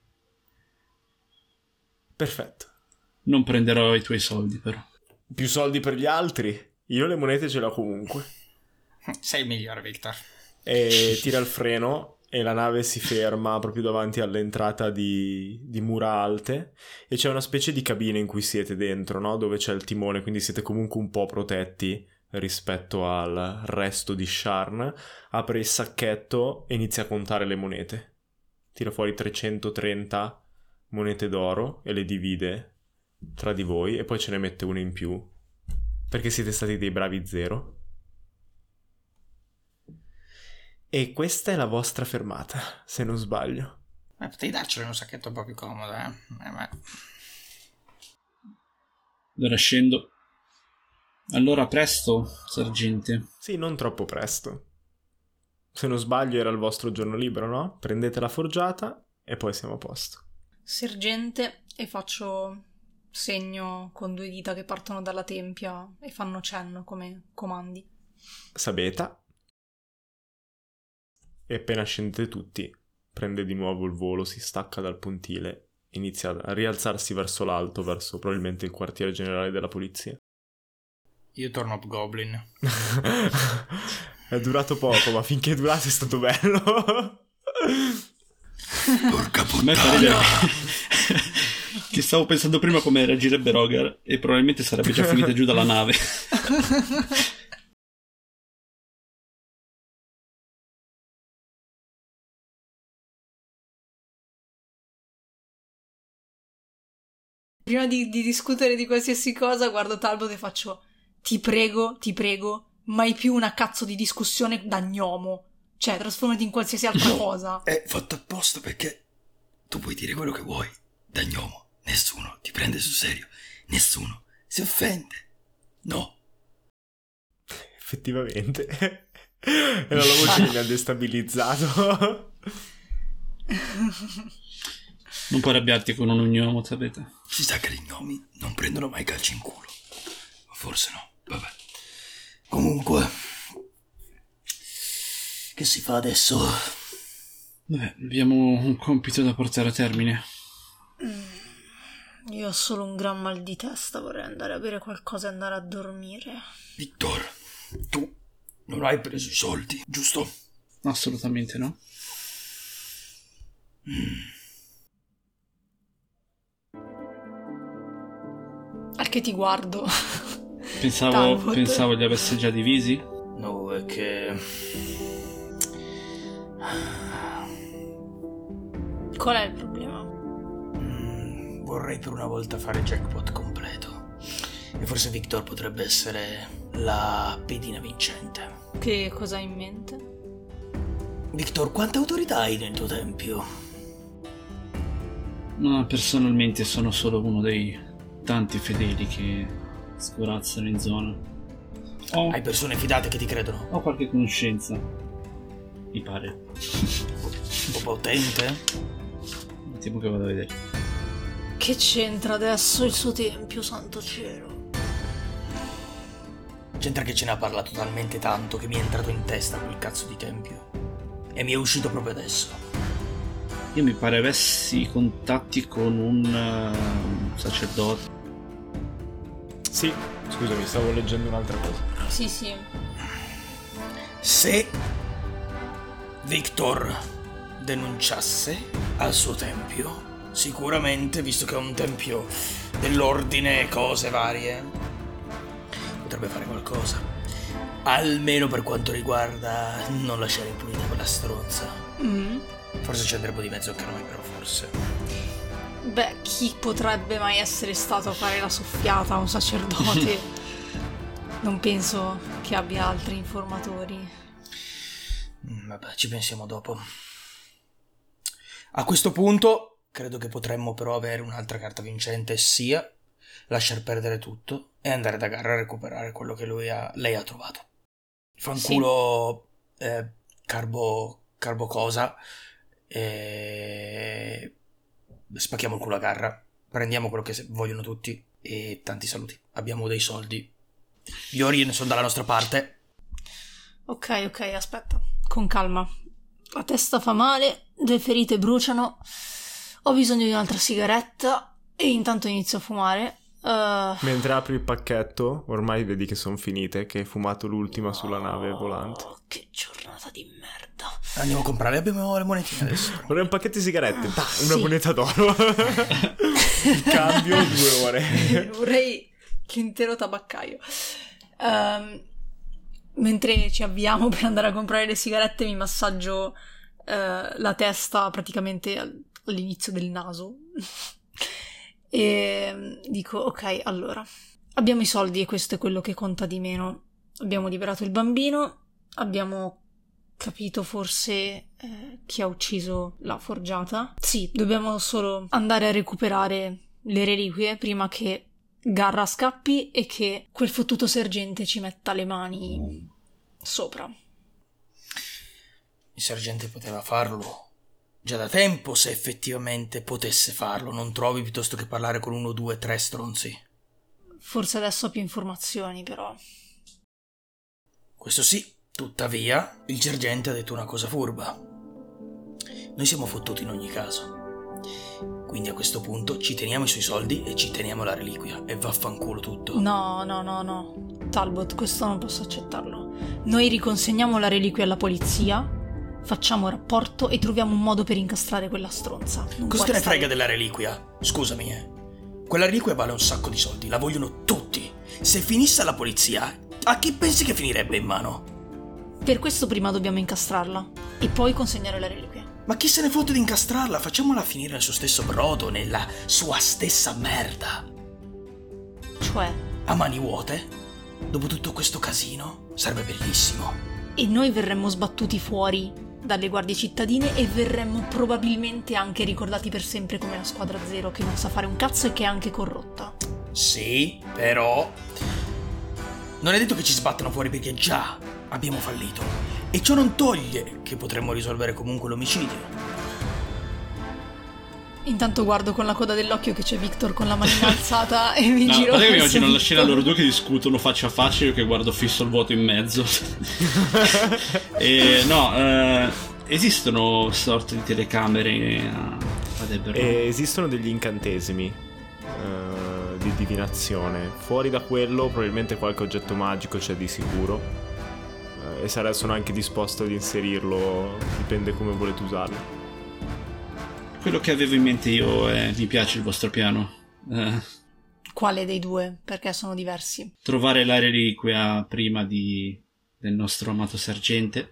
Perfetto. Non prenderò i tuoi soldi, però. Più soldi per gli altri? Io le monete ce l'ho comunque. Sei il migliore, Victor. E tira il freno e la nave si ferma proprio davanti all'entrata di, di Mura Alte e c'è una specie di cabina in cui siete dentro, no? Dove c'è il timone, quindi siete comunque un po' protetti rispetto al resto di Sharn. Apre il sacchetto e inizia a contare le monete. Tira fuori trecentotrenta monete d'oro e le divide tra di voi e poi ce ne mette una in più perché siete stati dei bravi zero. E questa è la vostra fermata, se non sbaglio. Eh, potevi darcelo in un sacchetto un po' più comodo, eh? eh ma... Allora scendo. Allora presto, sergente. Sì, non troppo presto. Se non sbaglio era il vostro giorno libero, no? Prendete la forgiata e poi siamo a posto. Sergente, e faccio segno con due dita che partono dalla tempia e fanno cenno come comandi. Sabeta. E appena scendete tutti, prende di nuovo il volo, si stacca dal pontile, inizia a rialzarsi verso l'alto, verso probabilmente il quartiere generale della polizia. Io torno Hobgoblin. È durato poco, ma finché è durato è stato bello. Porca A me fa ridere che stavo pensando prima come reagirebbe Rogar e probabilmente sarebbe già finita giù dalla nave. Prima di, di discutere di qualsiasi cosa, guardo Talbot e faccio: ti prego, ti prego, mai più una cazzo di discussione da gnomo. Cioè, trasformati in qualsiasi altra cosa. È fatto apposta perché tu puoi dire quello che vuoi, da gnomo. Nessuno ti prende sul serio. Nessuno si offende. No. Effettivamente. Era la voce che mi ha destabilizzato. Non puoi arrabbiarti con un gnomo, sapete? Si sa che gli gnomi non prendono mai calci in culo. Ma forse no, vabbè. Comunque, che si fa adesso? Vabbè, abbiamo un compito da portare a termine. Mm, io ho solo un gran mal di testa, vorrei andare a bere qualcosa e andare a dormire. Victor, tu non hai preso i soldi, giusto? Assolutamente no. Mm. Al che ti guardo. Pensavo, pensavo li avesse già divisi. No, è che... Qual è il problema? Mm, vorrei per una volta fare jackpot completo. E forse Victor potrebbe essere la pedina vincente. Che cosa hai in mente? Victor, quante autorità hai nel tuo tempio? Ma personalmente sono solo uno dei tanti fedeli che scorazzano in zona. Ho, Hai persone fidate che ti credono? ho qualche conoscenza. Mi pare. Un po' potente? Un attimo che vado a vedere. Che c'entra adesso il suo tempio, santo cielo? C'entra che ce ne ha parlato talmente tanto che mi è entrato in testa quel cazzo di tempio. E mi è uscito proprio adesso. Io mi pare avessi contatti con un uh, sacerdote. Sì, scusami, stavo leggendo un'altra cosa. Sì, sì. Se Victor denunciasse al suo tempio, sicuramente, visto che è un tempio dell'ordine e cose varie, potrebbe fare qualcosa. Almeno per quanto riguarda non lasciare impunita quella stronza. Mm. Forse ci andremo di mezzo anche noi, però forse. Beh, chi potrebbe mai essere stato a fare la soffiata a un sacerdote? Non penso che abbia altri informatori. Mm, vabbè, ci pensiamo dopo. A questo punto, credo che potremmo però avere un'altra carta vincente, sia lasciar perdere tutto e andare da Garra a recuperare quello che lui ha, lei ha trovato. Fanculo, sì. eh, carbo, carbo cosa, e spacchiamo il culo a Garra, prendiamo quello che vogliono tutti e tanti saluti. Abbiamo dei soldi. Gli Orien sono dalla nostra parte. Ok, ok, aspetta. Con calma. La testa fa male, le ferite bruciano, ho bisogno di un'altra sigaretta e intanto inizio a fumare. Uh... Mentre apri il pacchetto, ormai vedi che sono finite, che hai fumato l'ultima sulla nave volante. Oh, che giornata di merda. Andiamo a comprare, abbiamo le monetine adesso. Vorrei un pacchetto di sigarette, ta, sì. una moneta d'oro. Il cambio due ore. Vorrei l'intero tabaccaio. Um, mentre ci avviamo per andare a comprare le sigarette, mi massaggio uh, la testa praticamente al, all'inizio del naso. E dico, ok, allora, abbiamo i soldi e questo è quello che conta di meno. Abbiamo liberato il bambino, abbiamo capito forse eh, chi ha ucciso la forgiata. Sì, dobbiamo solo andare a recuperare le reliquie prima che Garra scappi e che quel fottuto sergente ci metta le mani sopra. Il sergente poteva farlo già da tempo, se effettivamente potesse farlo, non trovi, piuttosto che parlare con uno, due, tre stronzi? Forse adesso ho più informazioni, però. Questo sì, tuttavia, il sergente ha detto una cosa furba. Noi siamo fottuti in ogni caso. Quindi a questo punto ci teniamo i suoi soldi e ci teniamo la reliquia e vaffanculo tutto. No, no, no, no. Talbot, questo non posso accettarlo. Noi riconsegniamo la reliquia alla polizia, facciamo rapporto e troviamo un modo per incastrare quella stronza. Non Cosa te ne stare... frega della reliquia? Scusami, eh. Quella reliquia vale un sacco di soldi, la vogliono tutti. Se finisse alla polizia, a chi pensi che finirebbe in mano? Per questo prima dobbiamo incastrarla e poi consegnare la reliquia. Ma chi se ne fotte di incastrarla? Facciamola finire nel suo stesso brodo, nella sua stessa merda. Cioè? A mani vuote? Dopo tutto questo casino? Sarebbe bellissimo. E noi verremmo sbattuti fuori dalle guardie cittadine e verremmo probabilmente anche ricordati per sempre come la squadra zero che non sa fare un cazzo e che è anche corrotta. Sì, però... non è detto che ci sbattano fuori perché già abbiamo fallito. E ciò non toglie che potremmo risolvere comunque l'omicidio. Intanto guardo con la coda dell'occhio che c'è Victor con la manina alzata e mi no, giro. Guarda che mi immagino la Victor. scena loro due che discutono faccia a faccia, io che guardo fisso il vuoto in mezzo. E no, eh, esistono sorte di telecamere a, ad Eberron? E esistono degli incantesimi eh, di divinazione. Fuori da quello probabilmente qualche oggetto magico c'è di sicuro. E sarà, sono anche disposto ad inserirlo, dipende come volete usarlo. Quello che avevo in mente io è, mi piace il vostro piano, eh, Quale dei due? Perché sono diversi. trovare la reliquia prima di, del nostro amato sergente,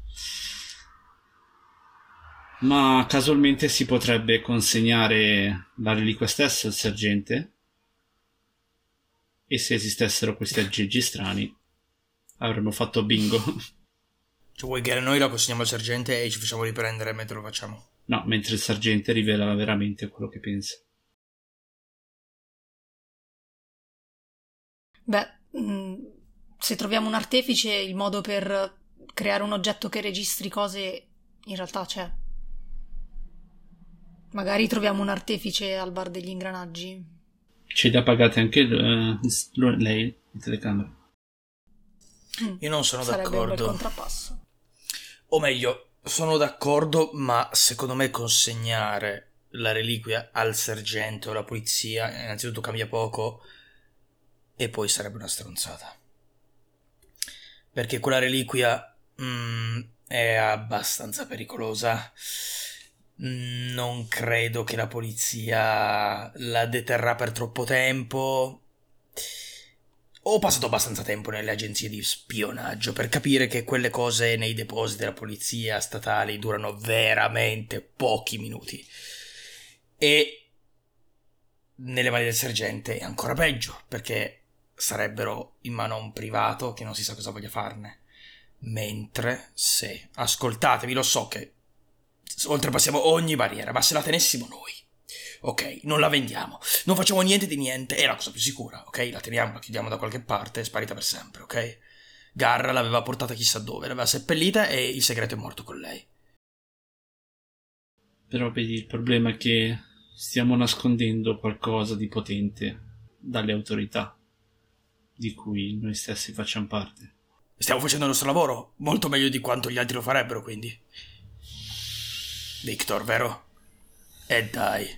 ma casualmente si potrebbe consegnare la reliquia stessa al sergente, e se esistessero questi aggeggi strani avremmo fatto bingo. Cioè vuoi che noi la consegniamo al sergente e ci facciamo riprendere mentre lo facciamo? No, mentre il sergente rivela veramente quello che pensa. Beh, mh, se troviamo un artefice, il modo per creare un oggetto che registri cose in realtà c'è. Magari troviamo un artefice al bar degli ingranaggi. Ci da pagate anche uh, lei, in telecamera. Mm, Io non sono sarebbe un bel d'accordo. contrappasso. O meglio, sono d'accordo, ma secondo me consegnare la reliquia al sergente o alla polizia innanzitutto cambia poco e poi sarebbe una stronzata. Perché quella reliquia mm, è abbastanza pericolosa. Non credo che la polizia la deterrà per troppo tempo. Ho passato abbastanza tempo nelle agenzie di spionaggio per capire che quelle cose nei depositi della polizia statali durano veramente pochi minuti. E nelle mani del sergente è ancora peggio, perché sarebbero in mano a un privato che non si sa cosa voglia farne. Mentre se, ascoltatemi, lo so che oltrepassiamo ogni barriera, ma se la tenessimo noi, ok, non la vendiamo, non facciamo niente di niente, è la cosa più sicura, ok? La teniamo, la chiudiamo da qualche parte, è sparita per sempre, ok? Garra l'aveva portata chissà dove, l'aveva seppellita e il segreto è morto con lei. Però vedi, il problema è che stiamo nascondendo qualcosa di potente dalle autorità di cui noi stessi facciamo parte. Stiamo facendo il nostro lavoro molto meglio di quanto gli altri lo farebbero, quindi. Victor, vero? E dai.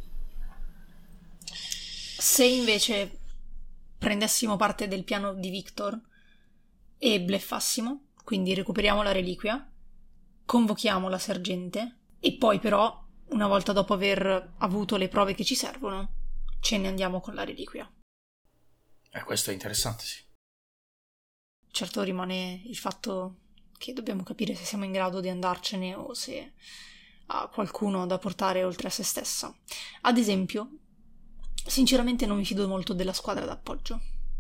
Se invece prendessimo parte del piano di Victor e bleffassimo, quindi recuperiamo la reliquia, convochiamo la sergente e poi però, una volta dopo aver avuto le prove che ci servono, ce ne andiamo con la reliquia. Eh, questo è interessante, sì. Certo rimane il fatto che dobbiamo capire se siamo in grado di andarcene o se a qualcuno da portare oltre a se stessa. Ad esempio, sinceramente non mi fido molto della squadra d'appoggio.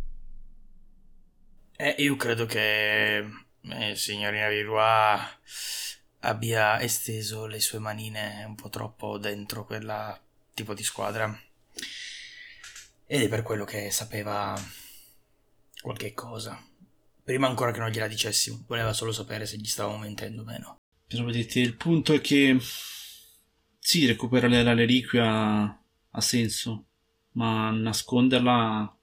Eh, io credo che eh, signorina Villeroy abbia esteso le sue manine un po' troppo dentro quella tipo di squadra. Ed è per quello che sapeva qualche cosa. Prima ancora che non gliela dicessimo, voleva solo sapere se gli stavamo mentendo o meno. Però vedete, il punto è che sì, recuperare la reliquia ha senso, ma nasconderla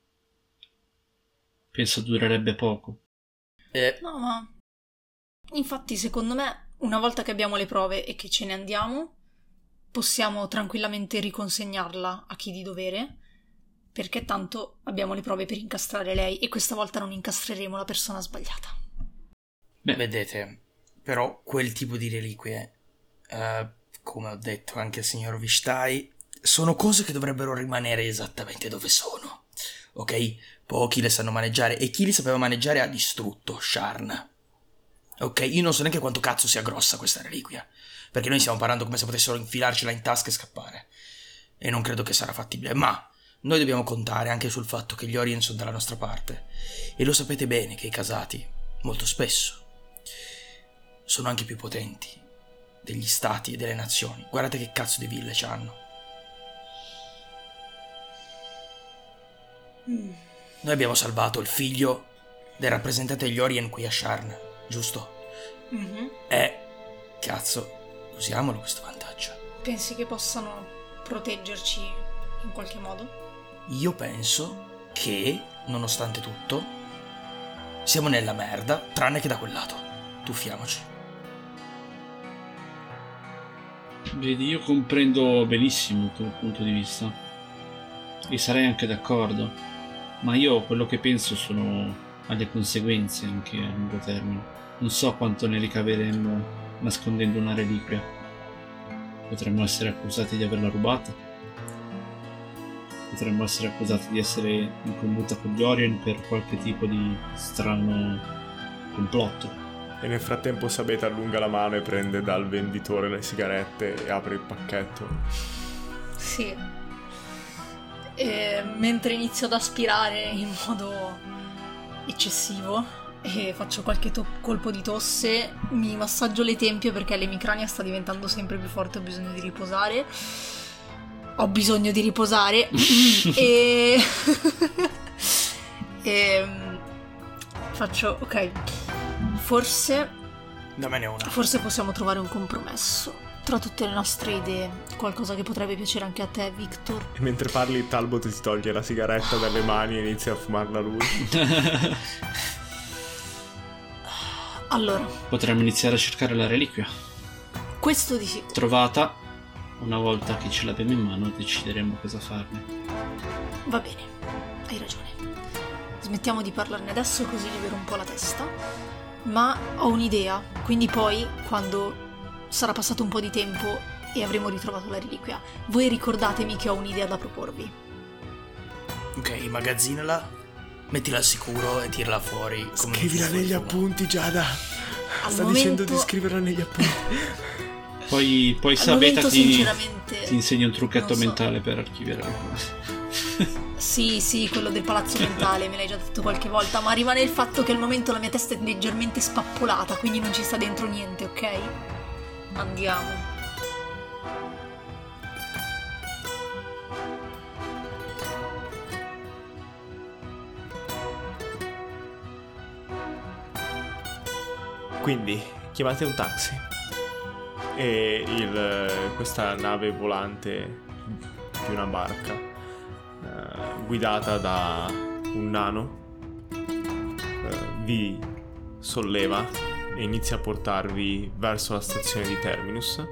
penso durerebbe poco. Eh, No, ma infatti secondo me una volta che abbiamo le prove e che ce ne andiamo, possiamo tranquillamente riconsegnarla a chi di dovere, perché tanto abbiamo le prove per incastrare lei e questa volta non incastreremo la persona sbagliata. Beh, vedete, però quel tipo di reliquie, eh, come ho detto anche al signor Vishtai, sono cose che dovrebbero rimanere esattamente dove sono. Ok? Pochi le sanno maneggiare e chi li sapeva maneggiare ha distrutto Sharn. Ok? Io non so neanche quanto cazzo sia grossa questa reliquia, perché noi stiamo parlando come se potessero infilarcela in tasca e scappare. E non credo che sarà fattibile, ma noi dobbiamo contare anche sul fatto che gli Orien sono dalla nostra parte. E lo sapete bene che i casati, molto spesso, sono anche più potenti degli stati e delle nazioni. Guardate che cazzo di ville c'hanno. Mm. Noi abbiamo salvato il figlio del rappresentante degli Orien qui a Sharn, giusto? Mhm. E, cazzo, usiamolo questo vantaggio. Pensi che possano proteggerci in qualche modo? Io penso che, nonostante tutto, siamo nella merda, tranne che da quel lato. Tuffiamoci. vedi, io comprendo benissimo il tuo punto di vista e sarei anche d'accordo, ma io quello che penso sono alle conseguenze anche a lungo termine. Non so quanto ne ricaveremo nascondendo una reliquia. Potremmo essere accusati di averla rubata, potremmo essere accusati di essere in combutta con gli Orien per qualche tipo di strano complotto. E nel frattempo Sabeta allunga la mano e prende dal venditore le sigarette e apre il pacchetto. Sì. E mentre inizio ad aspirare in modo eccessivo e faccio qualche to- colpo di tosse, mi massaggio le tempie perché l'emicrania sta diventando sempre più forte, ho bisogno di riposare. Ho bisogno di riposare. e... e faccio, ok, forse Dammene una. forse possiamo trovare un compromesso tra tutte le nostre idee, qualcosa che potrebbe piacere anche a te, Victor. E mentre parli Talbot ti toglie la sigaretta dalle mani e inizia a fumarla lui. Allora, Potremmo iniziare a cercare la reliquia. questo di sicuro. Trovata, una volta che ce l'abbiamo in mano decideremo cosa farne. Va bene, hai ragione. Smettiamo di parlarne adesso così libero un po' la testa. Ma ho un'idea, quindi poi, quando sarà passato un po' di tempo e avremo ritrovato la reliquia, voi ricordatemi che ho un'idea da proporvi. Ok, immagazzinala, mettila al sicuro e tirala fuori. come Scrivila fuori negli fumo. appunti, Giada. Al Sta momento, dicendo di scriverla negli appunti. Poi, poi al Sabeta momento ti, sinceramente ti insegna un trucchetto non so. mentale per archiviare le cose. Sì, sì, quello del palazzo mentale, me l'hai già detto qualche volta, ma rimane il fatto che al momento la mia testa è leggermente spappolata, quindi non ci sta dentro niente, ok? Andiamo. Quindi chiamate un taxi e il, questa nave volante di una barca eh, guidata da un nano eh, vi solleva e inizia a portarvi verso la stazione di Terminus.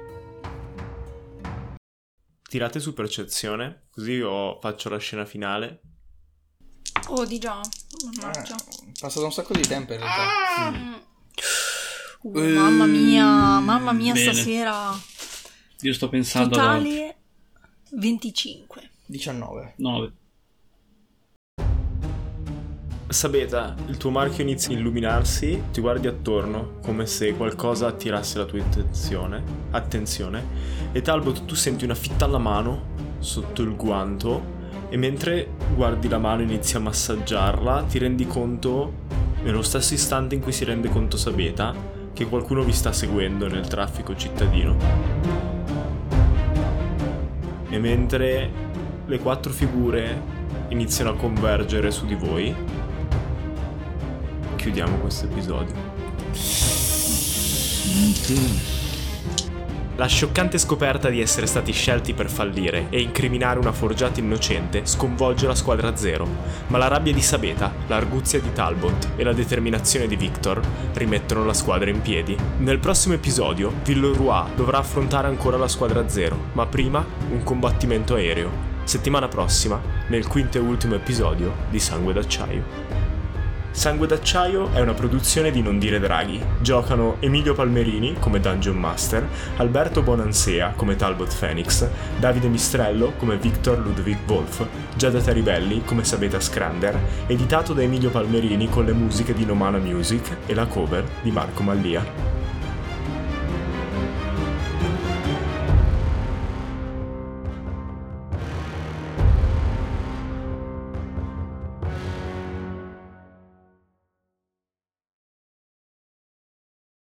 Tirate su percezione, così io faccio la scena finale. Oh, di già. Mannaggia. È passato un sacco di tempo in realtà. Mm. Uh, mamma mia, mamma mia, Bene. stasera. Io sto pensando ad altro. Totale venticinque. diciannove. nove. Sabeta, il tuo marchio inizia a illuminarsi, ti guardi attorno come se qualcosa attirasse la tua attenzione, attenzione, e Talbot, tu senti una fitta alla mano sotto il guanto e mentre guardi la mano e inizi a massaggiarla ti rendi conto, nello stesso istante in cui si rende conto Sabeta, che qualcuno vi sta seguendo nel traffico cittadino. E mentre le quattro figure iniziano a convergere su di voi, chiudiamo questo episodio. La scioccante scoperta di essere stati scelti per fallire e incriminare una forgiata innocente sconvolge la squadra zero, ma la rabbia di Sabeta, l'arguzia di Talbot e la determinazione di Victor rimettono la squadra in piedi. Nel prossimo episodio, Villeroy dovrà affrontare ancora la squadra zero, ma prima un combattimento aereo. Settimana prossima, nel quinto e ultimo episodio di Sangue d'Acciaio. Sangue d'Acciaio è una produzione di Non Dire Draghi. Giocano Emilio Palmerini come Dungeon Master, Alberto Bonansea come Talbot Phoenix, Davide Mistrello come Victor Ludwig Wolf, Giada Taribelli come Sabeta Scrander, editato da Emilio Palmerini con le musiche di Nomana Music e la cover di Marco Mallia.